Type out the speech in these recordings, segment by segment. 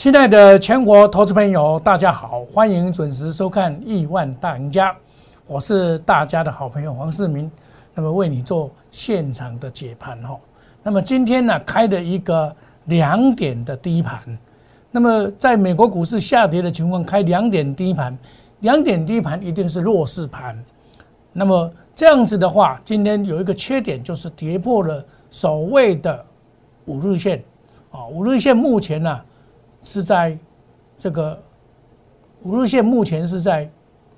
亲爱的全国投资朋友，大家好，欢迎准时收看《亿万大赢家》，我是大家的好朋友黄世明，那么为你做现场的解盘哈。那么今天呢，开了一个2点的低盘，那么在美国股市下跌的情况，开2点低盘，2点低盘一定是弱势盘。那么这样子的话，今天有一个缺点，就是跌破了所谓的5日线，5日线目前呢是在这个5日线目前是在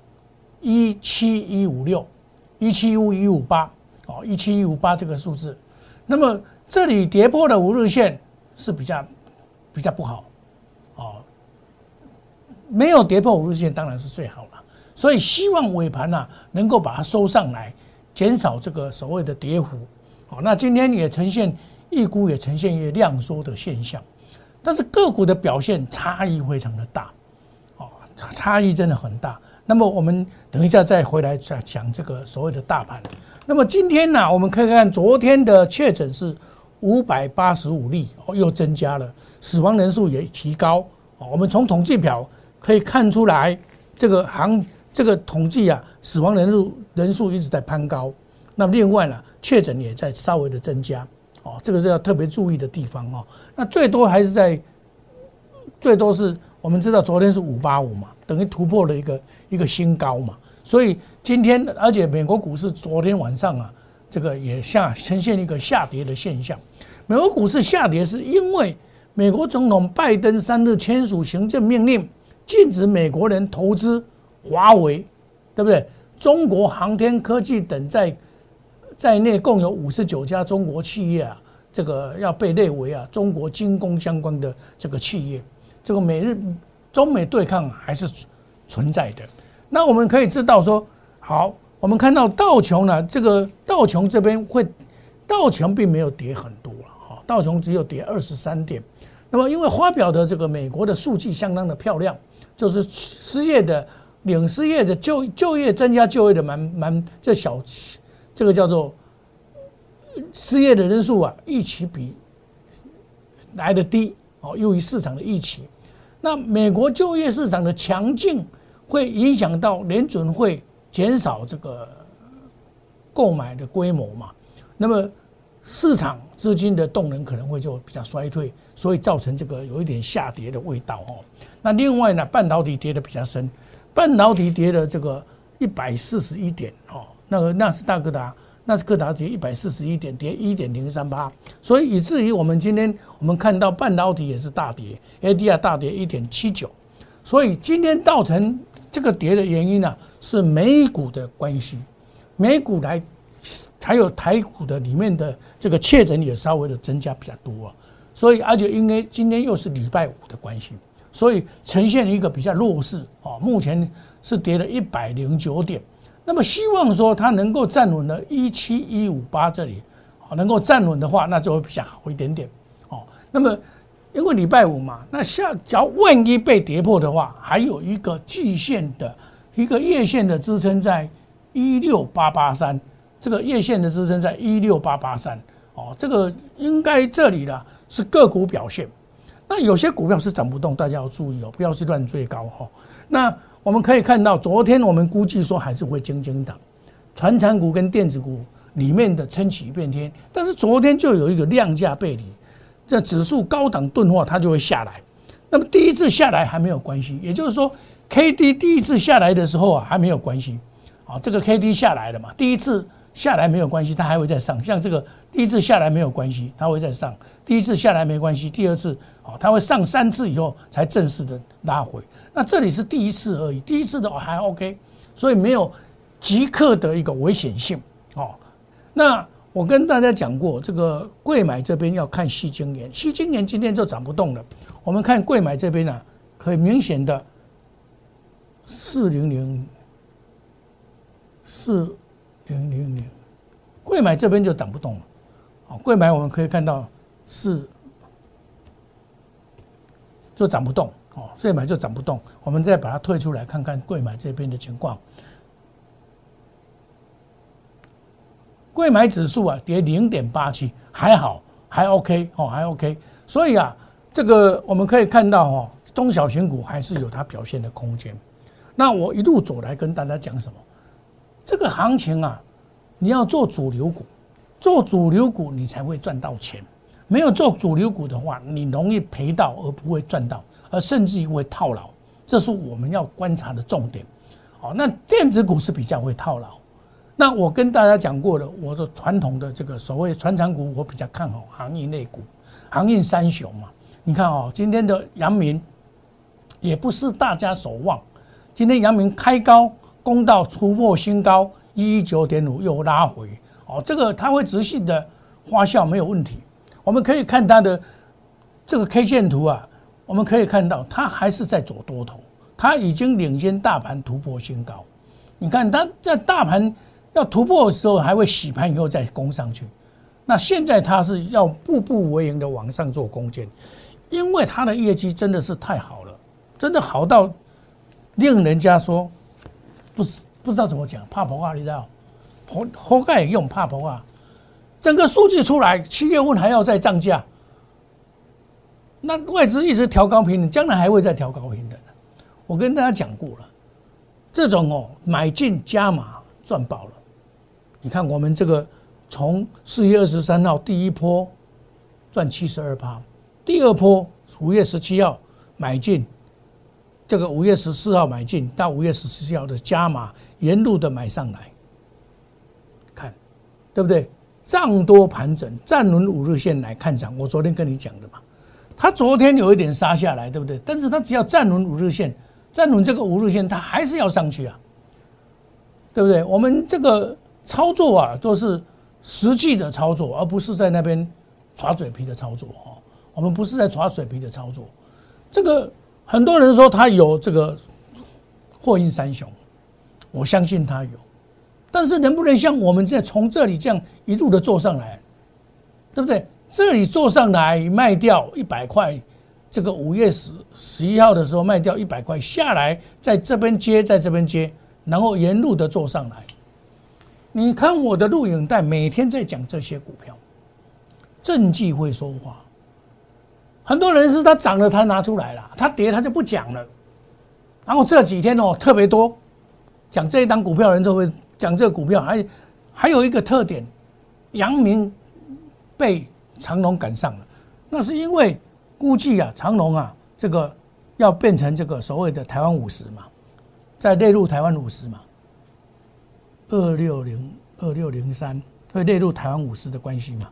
17156、17158 17158这个数字。那么这里跌破了5日线是比较不好，没有跌破5日线当然是最好了。所以希望尾盘能够把它收上来，减少这个所谓的跌幅。那今天也呈现一股也呈现一个量缩的现象，但是个股的表现差异非常的大，差异真的很大。那么我们等一下再回来再讲这个所谓的大盘。那么今天呢，我们可以看昨天的确诊是585例，又增加了，死亡人数也提高。我们从统计表可以看出来，这个统计死亡人数一直在攀高。那么另外呢，确诊也在稍微的增加，这个是要特别注意的地方哦。那最多是我们知道昨天是585嘛，等于突破了一个新高嘛。所以今天，而且美国股市昨天晚上这个也呈现一个下跌的现象。美国股市下跌是因为美国总统拜登3日签署行政命令，禁止美国人投资华为，对不对？中国航天科技等在内共有59家中国企业这个要被列为中国军工相关的这个企业，这个中美对抗还是存在的。那我们可以知道说，好，我们看到道琼呢，这个道琼这边道琼并没有跌很多了，道琼只有跌23点。那么因为发表的这个美国的数据相当的漂亮，就是领失业的就业增加就业的这个叫做失业的人数预期比来的低，优于市场的预期。那美国就业市场的强劲会影响到联准会减少这个购买的规模嘛？那么市场资金的动能可能会就比较衰退，所以造成这个有一点下跌的味道。那另外呢，半导体跌得比较深，半导体跌了这个141点，纳斯达克跌141点，跌1.038，所以以至于我们今天我们看到半导体也是大跌 ，ADR 大跌1.79，所以今天造成这个跌的原因是美股的关系，美股还有台股的里面的这个确诊也稍微的增加比较多所以而且因为今天又是礼拜五的关系，所以呈现一个比较弱势目前是跌了109点。那么希望说它能够站稳了17158这里，能够站稳的话，那就会比较好一点点那么因为礼拜五嘛，那假如万一被跌破的话，还有一个季线的一个月线的支撑在16883，这个月线的支撑在16883这个应该这里是个股表现。那有些股票是涨不动，大家要注意不要去乱追高那我们可以看到，昨天我们估计说还是会涨，传产股跟电子股里面的撑起一片天，但是昨天就有一个量价背离，这指数高档钝化，它就会下来。那么第一次下来还没有关系，也就是说 ，KD 第一次下来的时候还没有关系，这个 KD 下来了嘛，第一次下来没有关系，它还会再上。像这个第一次下来没有关系，它会再上；第一次下来没关系，第二次它会上3次以后才正式的拉回。那这里是第一次而已，第一次的还 OK， 所以没有即刻的一个危险性那我跟大家讲过，这个贵买这边要看矽晶圆，矽晶圆今天就涨不动了。我们看贵买这边可以明显的4000，贵买这边就涨不动了。贵买我们可以看到就涨不动，贵买就涨不动。我们再把它退出来看看贵买这边的情况。贵买指数跌0.87，还好，还 OK 还 OK。所以这个我们可以看到中小型股还是有它表现的空间。那我一路走来跟大家讲什么？这个行情啊，你要做主流股，做主流股你才会赚到钱。没有做主流股的话，你容易赔到而不会赚到，而甚至于会套牢。这是我们要观察的重点。好，那电子股是比较会套牢。那我跟大家讲过了，我的传统的这个所谓传产股，我比较看好航运类股，航运三雄嘛。你看哦，今天的阳明也不是大家所望，今天阳明开高攻到突破新高119.5，又拉回。哦，这个它会持续的发酵没有问题。我们可以看它的这个 K 线图啊，我们可以看到它还是在走多头，它已经领先大盘突破新高。你看它在大盘要突破的时候，还会洗盘以后再攻上去。那现在它是要步步为营的往上做攻坚，因为它的业绩真的是太好了，真的好到令人家说不知道怎么讲，怕婆啊，你知道？活该也用怕婆啊！整个数据出来，7月份还要再涨价，那外资一直调高平等，将来还会再调高平等。我跟大家讲过了，这种买进加码赚爆了。你看我们这个从4月23号第一波赚72%，第二波5月17号买进，这个5月14号买进到5月17号的加码，沿路的买上来，看对不对？涨多盘整，站稳5日线来看涨。我昨天跟你讲的嘛，它昨天有一点杀下来，对不对？但是它只要站稳5日线，站稳这个5日线，它还是要上去啊，对不对？我们这个操作啊，都是实际的操作，而不是在那边耍嘴皮的操作哦。我们不是在耍嘴皮的操作。这个很多人说他有这个货运三雄，我相信他有。但是能不能像我们这从这里这样一路的做上来，对不对？这里做上来卖掉100块，这个5月11号的时候卖掉100块下来，在这边接，在这边接，然后沿路的做上来。你看我的录影带，每天在讲这些股票，政绩会说话。很多人是他涨了他拿出来了，他跌他就不讲了。然后这几天特别多讲这一档股票的人就会讲这个股票，还有一个特点，阳明被长荣赶上了，那是因为估计啊，长荣啊这个要变成这个所谓的台湾50嘛，再列入台湾50嘛，2603会列入台湾50的关系嘛？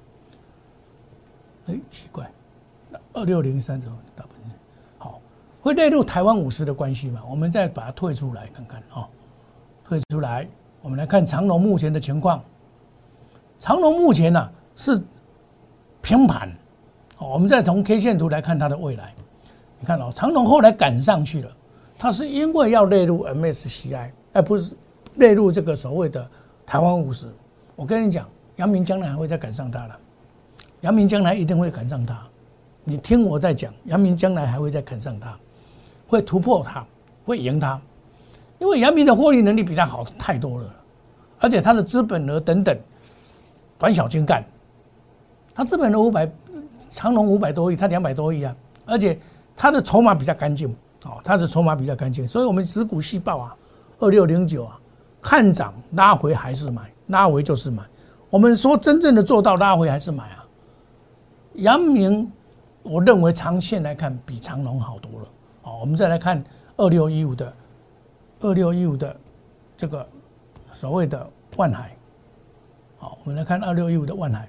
奇怪，2603怎么打不进？好，会列入台湾50的关系嘛？我们再把它退出来看看啊，退出来。我们来看长荣目前的情况，长荣目前是平盘，我们再从 K 线图来看它的未来。你看长荣后来赶上去了，它是因为要列入 MSCI， 而不是列入这个所谓的台湾50。我跟你讲，阳明将来还会再赶上它了，阳明将来一定会赶上它。你听我在讲，阳明将来还会再赶上它，会突破它，会赢它。因为阳明的获利能力比它好太多了，而且它的资本额等等短小精干，它资本额长荣500多亿，它200多亿啊，而且它的筹码比较干净，它的筹码比较干净，所以我们指股细报啊，2609啊，看涨拉回还是买，拉回就是买。我们说真正的做到拉回还是买啊。阳明我认为长线来看比长荣好多了。我们再来看2615的这个所谓的万海，好，我们来看2615的万海。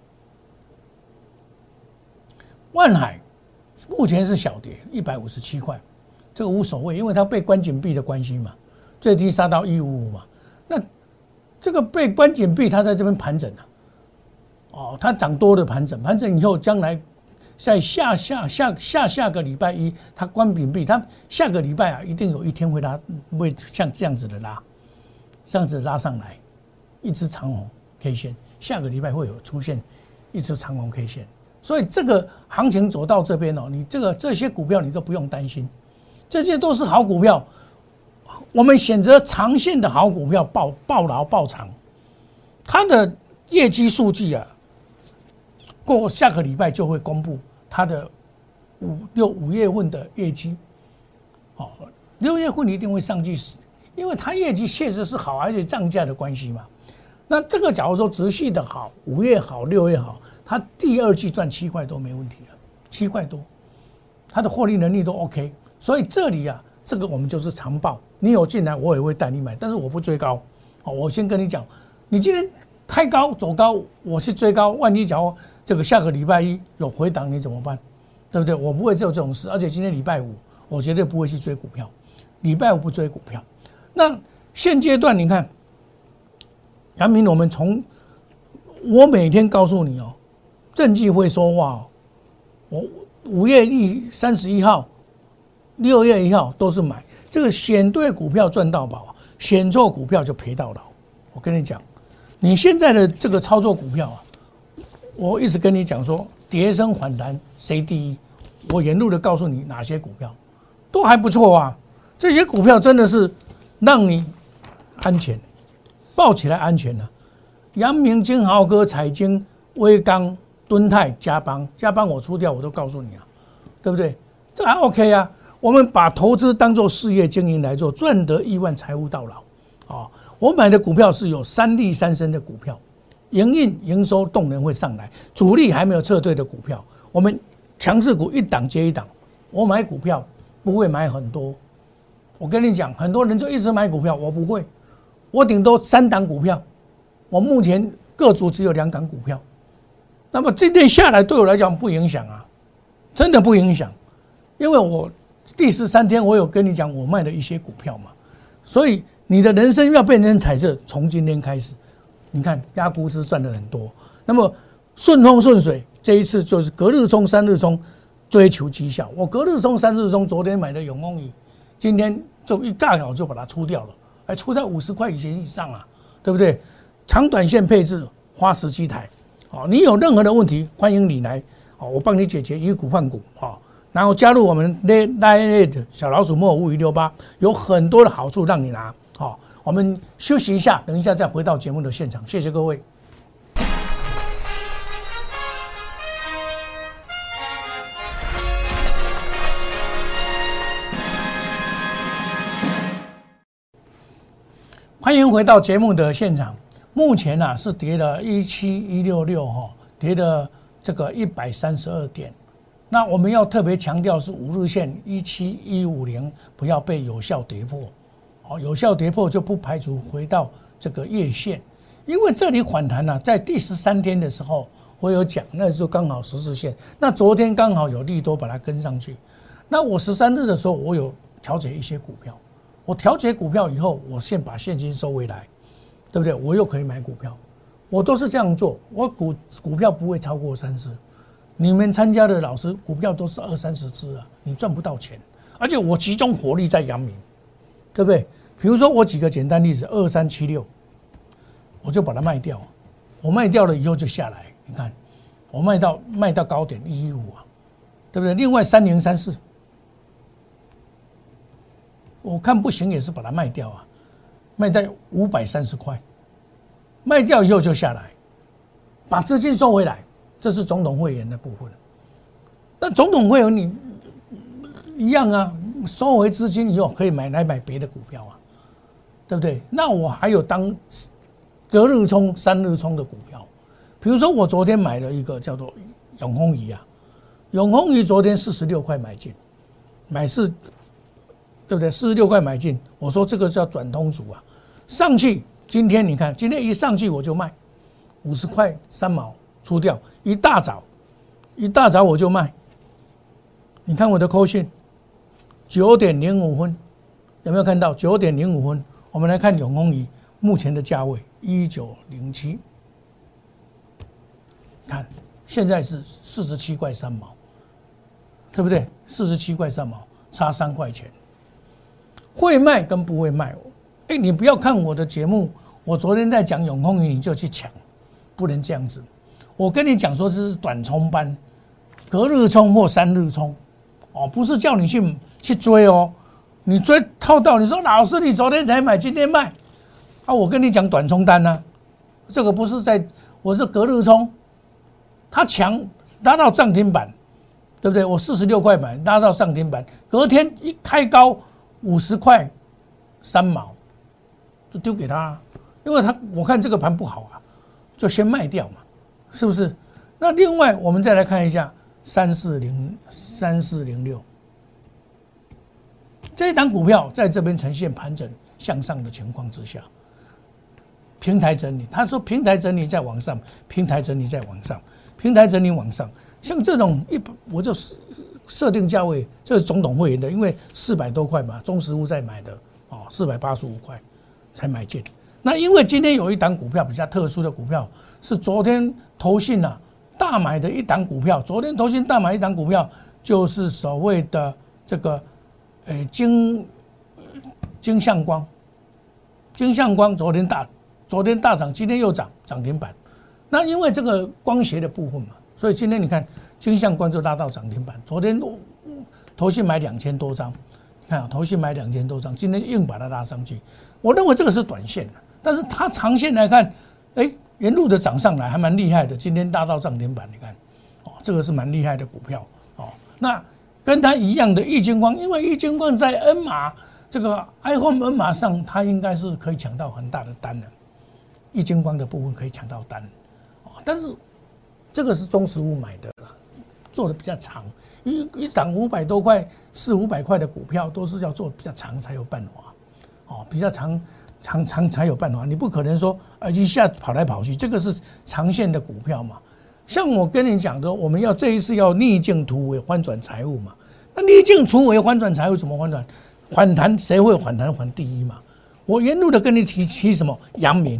万海目前是小跌157块，这个无所谓，因为它被关紧闭的关系嘛，最低杀到155嘛。那这个被关紧闭，它在这边盘整它涨多的盘整，盘整以后将来在下个礼拜一，它关紧闭，它下个礼拜一定有一天会像这样子的拉，这样子拉上来，一只长红 K 线，下个礼拜会有出现一只长红 K 线，所以这个行情走到这边你这些股票你都不用担心，这些都是好股票，我们选择长线的好股票，抱牢抱长，它的业绩数据过下个礼拜就会公布它的五月份的业绩，哦，6月份一定会上去，因为它业绩确实是好，而且涨价的关系嘛。那这个假如说持续的好，5月好，6月好，它第2季赚7块多没问题了，7块多，它的获利能力都 OK。所以这里啊，这个我们就是长报，你有进来，我也会带你买，但是我不追高。哦，我先跟你讲，你今天开高走高，我去追高，万一假如这个下个礼拜一有回档，你怎么办？对不对？我不会做这种事，而且今天礼拜五，我绝对不会去追股票。礼拜五不追股票。那现阶段你看，阳明，我每天告诉你哦，证据会说话哦。我5月31号、6月1号都是买，这个选对股票赚到宝，选错股票就赔到老。我跟你讲，你现在的这个操作股票啊，我一直跟你讲说，跌升反弹谁第一？我沿路的告诉你哪些股票都还不错啊，这些股票真的是让你安全，抱起来安全了。阳明、金豪科、彩晶、威刚、敦泰、嘉邦我出掉我都告诉你啊，对不对？这还 OK 啊。我们把投资当作事业经营来做，赚得亿万，财务到老啊。我买的股票是有3利3升的股票，营收动能会上来，主力还没有撤退的股票，我们强势股一档接一档。我买股票不会买很多，我跟你讲，很多人就一直买股票，我不会，我顶多3档股票，我目前各组只有2档股票。那么这天下来对我来讲不影响啊，真的不影响，因为我第13天我有跟你讲我卖了一些股票嘛，所以你的人生要变成彩色，从今天开始，你看压估值赚的很多，那么顺风顺水，这一次就是隔日冲、3日冲，追求绩效。我隔日冲、3日冲，昨天买的永丰余，今天就一大早就把它出掉了，还出在50块以上啊，对不对？长短线配置花17台，好，你有任何的问题，欢迎你来，好，我帮你解决，以股换股，好。然后加入我们 Line 小老鼠莫5568，有很多的好处让你拿。好，我们休息一下，等一下再回到节目的现场，谢谢各位。欢迎回到节目的现场。目前啊是跌了17166哈，跌了这个132点。那我们要特别强调是5日线17150不要被有效跌破，好，有效跌破就不排除回到这个月线，因为这里反弹啊，在第13天的时候我有讲，那时候刚好14线，那昨天刚好有利多把它跟上去。那我13日的时候我有调节一些股票，我调节股票以后，我先把现金收回来，对不对？我又可以买股票，我都是这样做，我股票不会超过3只。你们参加的老师股票都是20-30只啊，你赚不到钱，而且我集中火力在阳明，对不对？比如说我举个简单例子，2376，我就把它卖掉，我卖掉了以后就下来，你看，我卖到高点115啊，对不对？另外3034，我看不行也是把它卖掉啊，卖在530块，卖掉以后就下来，把资金收回来。这是总统会员的部分，那总统会员你一样啊，收回资金以后可以买别的股票啊，对不对？那我还有当隔日冲、3日冲的股票，比如说我昨天买了一个叫做永丰余啊，永丰余昨天46块买进，对不对？46块买进，我说这个叫转通组啊，上去今天你看，今天一上去我就卖50块3毛。出掉，一大早我就卖。你看我的扣讯，9点05分，有没有看到？9点05分，我们来看永丰余目前的价位1907，看现在是47块3毛，对不对？47块3毛，差3块钱。会卖跟不会卖，你不要看我的节目，我昨天在讲永丰余你就去抢，不能这样子。我跟你讲说这是短冲班，隔日冲或3日冲，哦，不是叫你去追哦，你追套到你说老师你昨天才买今天卖，啊，我跟你讲短冲单啊，这个不是我是隔日冲，它强达到涨停板， 对不对？我46块买，拉到上天板，隔天一开高50块3毛，就丢给他，因为我看这个盘不好啊，就先卖掉嘛，是不是？那另外我们再来看一下3406这一档股票，在这边呈现盘整向上的情况之下，平台整理，他说平台整理在往上，平台整理在往上，平台整理往上，像这种我就设定价位，这是总统会员的，因为400多块嘛，中实物在买的哦，485块才买进。那因为今天有一档股票比较特殊的股票，是昨天投信啊大买的一档股票，昨天投信大买一档股票，就是所谓的这个金相光，金相光昨天大涨，今天又涨停板。那因为这个光学的部分嘛，所以今天你看金相光就拉到涨停板。昨天投信买2000多张，你看投信买2000多张，今天硬把它拉上去。我认为这个是短线的，但是它长线来看，沿路的涨上来还蛮厉害的。今天拉到涨停板，你看，哦，这个是蛮厉害的股票哦。那跟它一样的易晶光，因为易晶光在 N 码这个 iPhone N 码上，它应该是可以抢到很大的单的。易晶光的部分可以抢到单，但是这个是中实物买的啦，做的比较长，一涨500多块、400-500块的股票，都是要做比较长才有办法，比较长才有办法。你不可能说一下跑来跑去，这个是长线的股票嘛。像我跟你讲的，我们要这一次要逆境突围，翻转财务嘛。那逆境突围，翻转财务怎么翻转？反弹谁会反弹？反第一嘛。我沿路的跟你提什么？阳明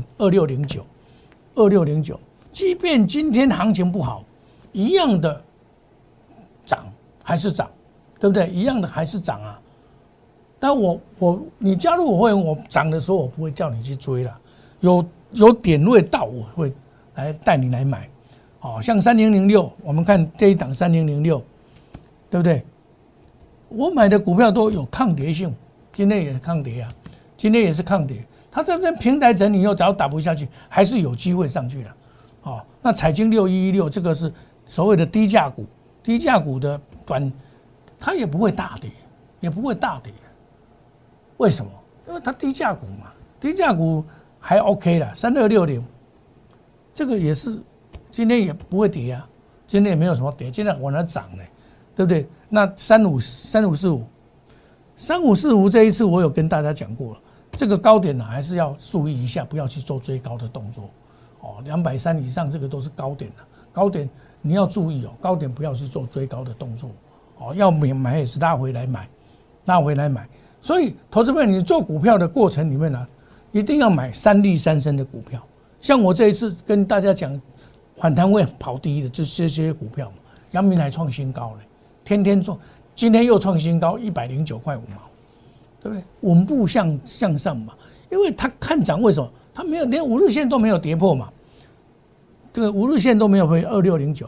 2609，即便今天行情不好，一样的涨还是涨，对不对？一样的还是涨啊。但你加入我会员，我涨的时候我不会叫你去追了，有点位到我会来带你来买。像3006，我们看这一档3006，对不对？我买的股票都有抗跌性，今天也是抗跌啊。今天也是抗跌，它这边平台整理又只要打不下去，还是有机会上去的。那彩晶6116这个是所谓的低价股，低价股的它也不会大跌，为什么？因为它低价股嘛，低价股还 OK 啦。3260这个也是今天也不会跌啊，今天也没有什么跌，今天往哪涨呢？对不对？那3545这一次我有跟大家讲过了。这个高点呢，还是要注意一下，不要去做追高的动作。230以上这个都是高点了，高点你要注意高点不要去做追高的动作。要买也是拉回来买。所以，投资朋友，你做股票的过程里面呢，一定要买3利3升的股票。像我这一次跟大家讲，反弹会跑第一的，就是这些股票嘛。阳明还创新高了，天天做，今天又创新高109块5毛。对不对？稳步向上嘛，因为它看涨，为什么？它没有连5日线都没有跌破嘛，这个5日线都没有回2609。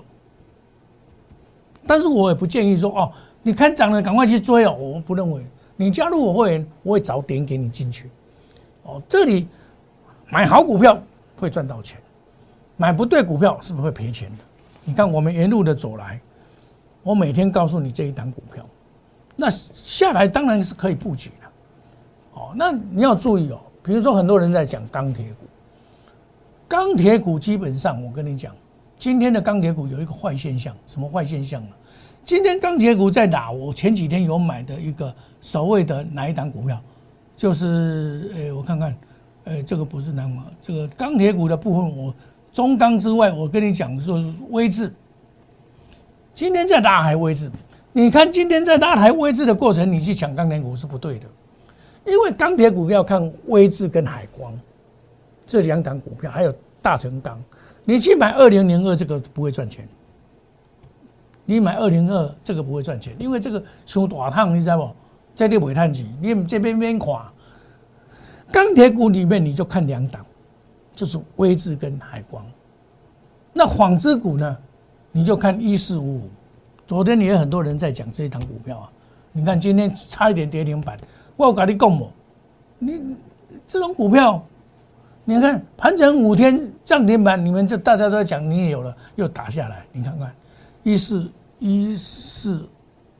但是我也不建议说你看涨了赶快去追我不认为。你加入我会员，我会早点给你进去。这里买好股票会赚到钱，买不对股票是不是会赔钱的？你看我们沿路的走来，我每天告诉你这一档股票。那下来当然是可以布局的，那你要注意比如说很多人在讲钢铁股，钢铁股基本上我跟你讲，今天的钢铁股有一个坏现象，什么坏现象呢？今天钢铁股在哪？我前几天有买的一个所谓的哪一档股票，就是我看看，这个不是南华，这个钢铁股的部分，我中钢之外，我跟你讲说威致，今天在拉抬威致。你看今天在拉抬威致的过程，你去抢钢铁股是不对的，因为钢铁股要看威致跟海光这2档股票，还有大成钢。你去买2002这个不会赚钱，你买202这个不会赚钱，因为这个太大趟，你知道不？这里不赚钱，你这边免看。钢铁股里面你就看2档，就是威致跟海光。那纺织股呢，你就看1455。昨天也有很多人在讲这一档股票啊，你看今天差一点跌停板，我有跟你讲过，你这种股票，你看盘整5天涨停板，你们这大家都在讲，你也有了，又打下来，你看看 1459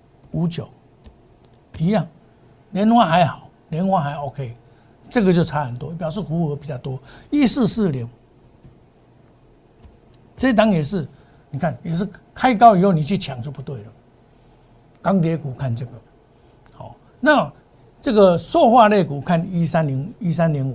一样，莲花还好，莲花还 OK， 这个就差很多，表示弧额比较多。1440，这档也是，你看也是开高以后你去抢就不对了。钢铁股看这个，好，那这个塑化类股看1305，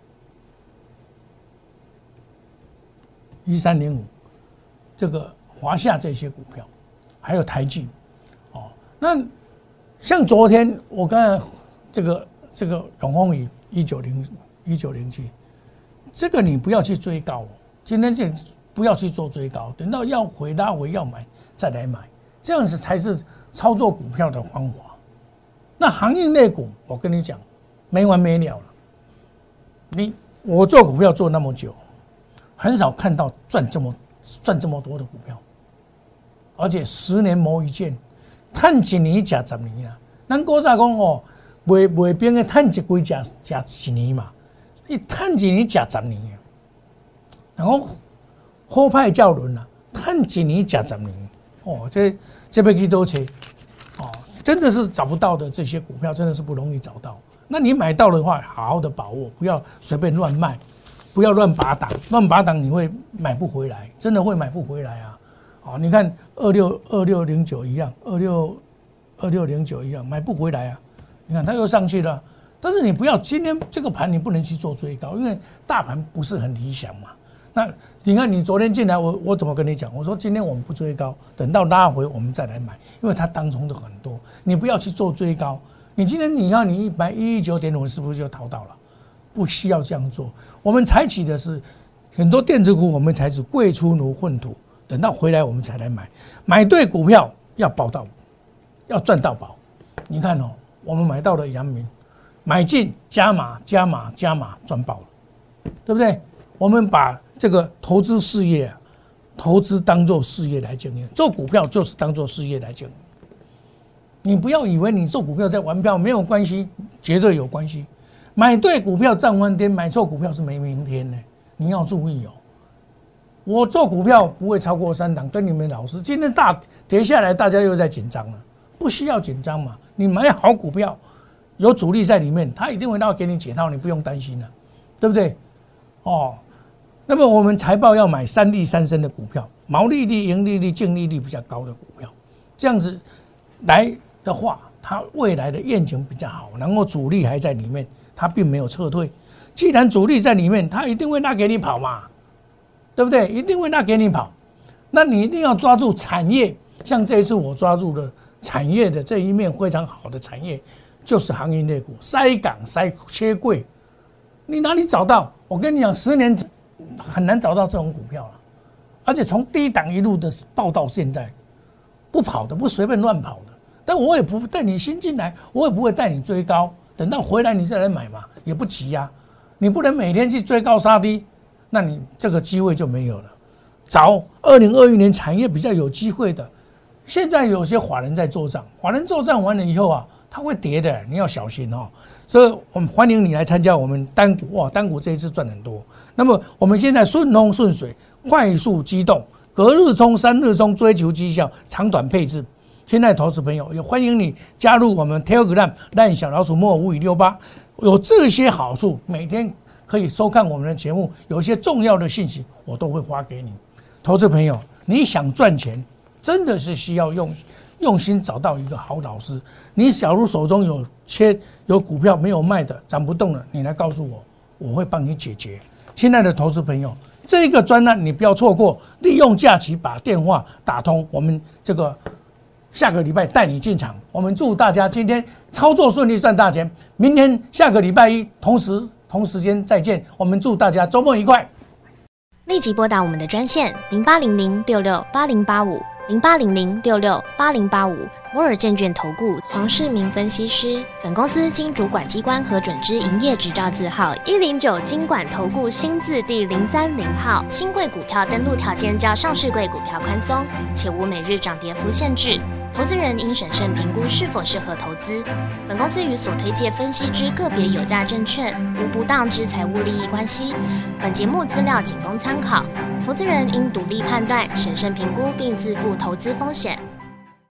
这个华夏这些股票，还有台积，哦，那像昨天我刚才这个永丰余1907，这个你不要去追高哦，今天这不要去做追高，等到要回拉回要买再来买，这样子才是操作股票的方法。那航运类股，我跟你讲，没完没了了。我做股票做那么久，很少看到赚这么多的股票，而且10年磨一剑，赚1年吃10年啊。咱古早讲哦，卖冰的赚一季吃1年嘛，你赚1年吃10年啊。然后好派教轮啊，赚1年吃10年哦，这要去多找哦，真的是找不到的这些股票，真的是不容易找到。那你买到的话，好好的把握，不要随便乱卖，不要乱拔档，乱拔档你会买不回来，真的会买不回来啊！哦，你看2609一样，2609一样，买不回来啊！你看它又上去了，但是你不要今天这个盘你不能去做追高，因为大盘不是很理想嘛。那你看你昨天进来，我怎么跟你讲？我说今天我们不追高，等到拉回我们再来买，因为它当冲的很多，你不要去做追高。你今天你看你买119.5是不是就逃到了？不需要这样做。我们采取的是很多电子股，我们采取贵出奴混土，等到回来我们才来买。买对股票要保到，要赚到宝。你看哦，我们买到了阳明，买进加码赚爆了，对不对？我们把这个投资事业，投资当做事业来经营，做股票就是当做事业来经营。你不要以为你做股票在玩票没有关系，绝对有关系。买对股票涨翻天，买错股票是没明天的，你要注意哦。我做股票不会超过3档，跟你们老师，今天大跌下来，大家又在紧张了，不需要紧张嘛。你买好股票，有主力在里面，他一定会给你解套，你不用担心了，对不对？哦，那么我们财报要买3利3升的股票，毛利率、盈利率、净利率比较高的股票，这样子来的话，它未来的愿景比较好，然后主力还在里面，它并没有撤退。既然主力在里面，它一定会拉给你跑嘛，对不对？一定会拉给你跑。那你一定要抓住产业，像这一次我抓住的产业的这一面非常好的产业，就是航运类股，塞港、切柜，你哪里找到？我跟你讲，10年很难找到这种股票了，而且从低档一路的报到现在。不跑的，不随便乱跑的，但我也不带你新进来，我也不会带你追高，等到回来你再来买嘛，也不急啊。你不能每天去追高杀低，那你这个机会就没有了。找2021年产业比较有机会的，现在有些法人在做账，法人做账完了以后啊，它会跌的，你要小心哦。所以我们欢迎你来参加我们单股，哇，单股这一次赚很多。那么我们现在顺风顺水，快速机动。隔日冲、3日冲，追求绩效，长短配置。现在投资朋友也欢迎你加入我们 Telegram 烂小老鼠莫5568，有这些好处，每天可以收看我们的节目，有一些重要的信息我都会发给你。投资朋友，你想赚钱，真的是需要用心找到一个好老师。你假如手中有股票没有卖的，涨不动了，你来告诉我，我会帮你解决。亲爱的投资朋友。这个专案你不要错过，利用假期把电话打通，我们这个下个礼拜带你进场。我们祝大家今天操作顺利赚大钱，明天下个礼拜一同时间再见。我们祝大家周末愉快。 立即拨打我们的专线08006680850800668085摩尔证券投顾黄世明分析师。本公司经主管机关核准之营业执照字号109金管投顾新字第030号。新贵股票登录条件较上市贵股票宽松，且无每日涨跌幅限制。投资人应审慎评估是否适合投资。本公司与所推介分析之个别有价证券无不当之财务利益关系。本节目资料仅供参考，投资人应独立判断、审慎评估并自负投资风险。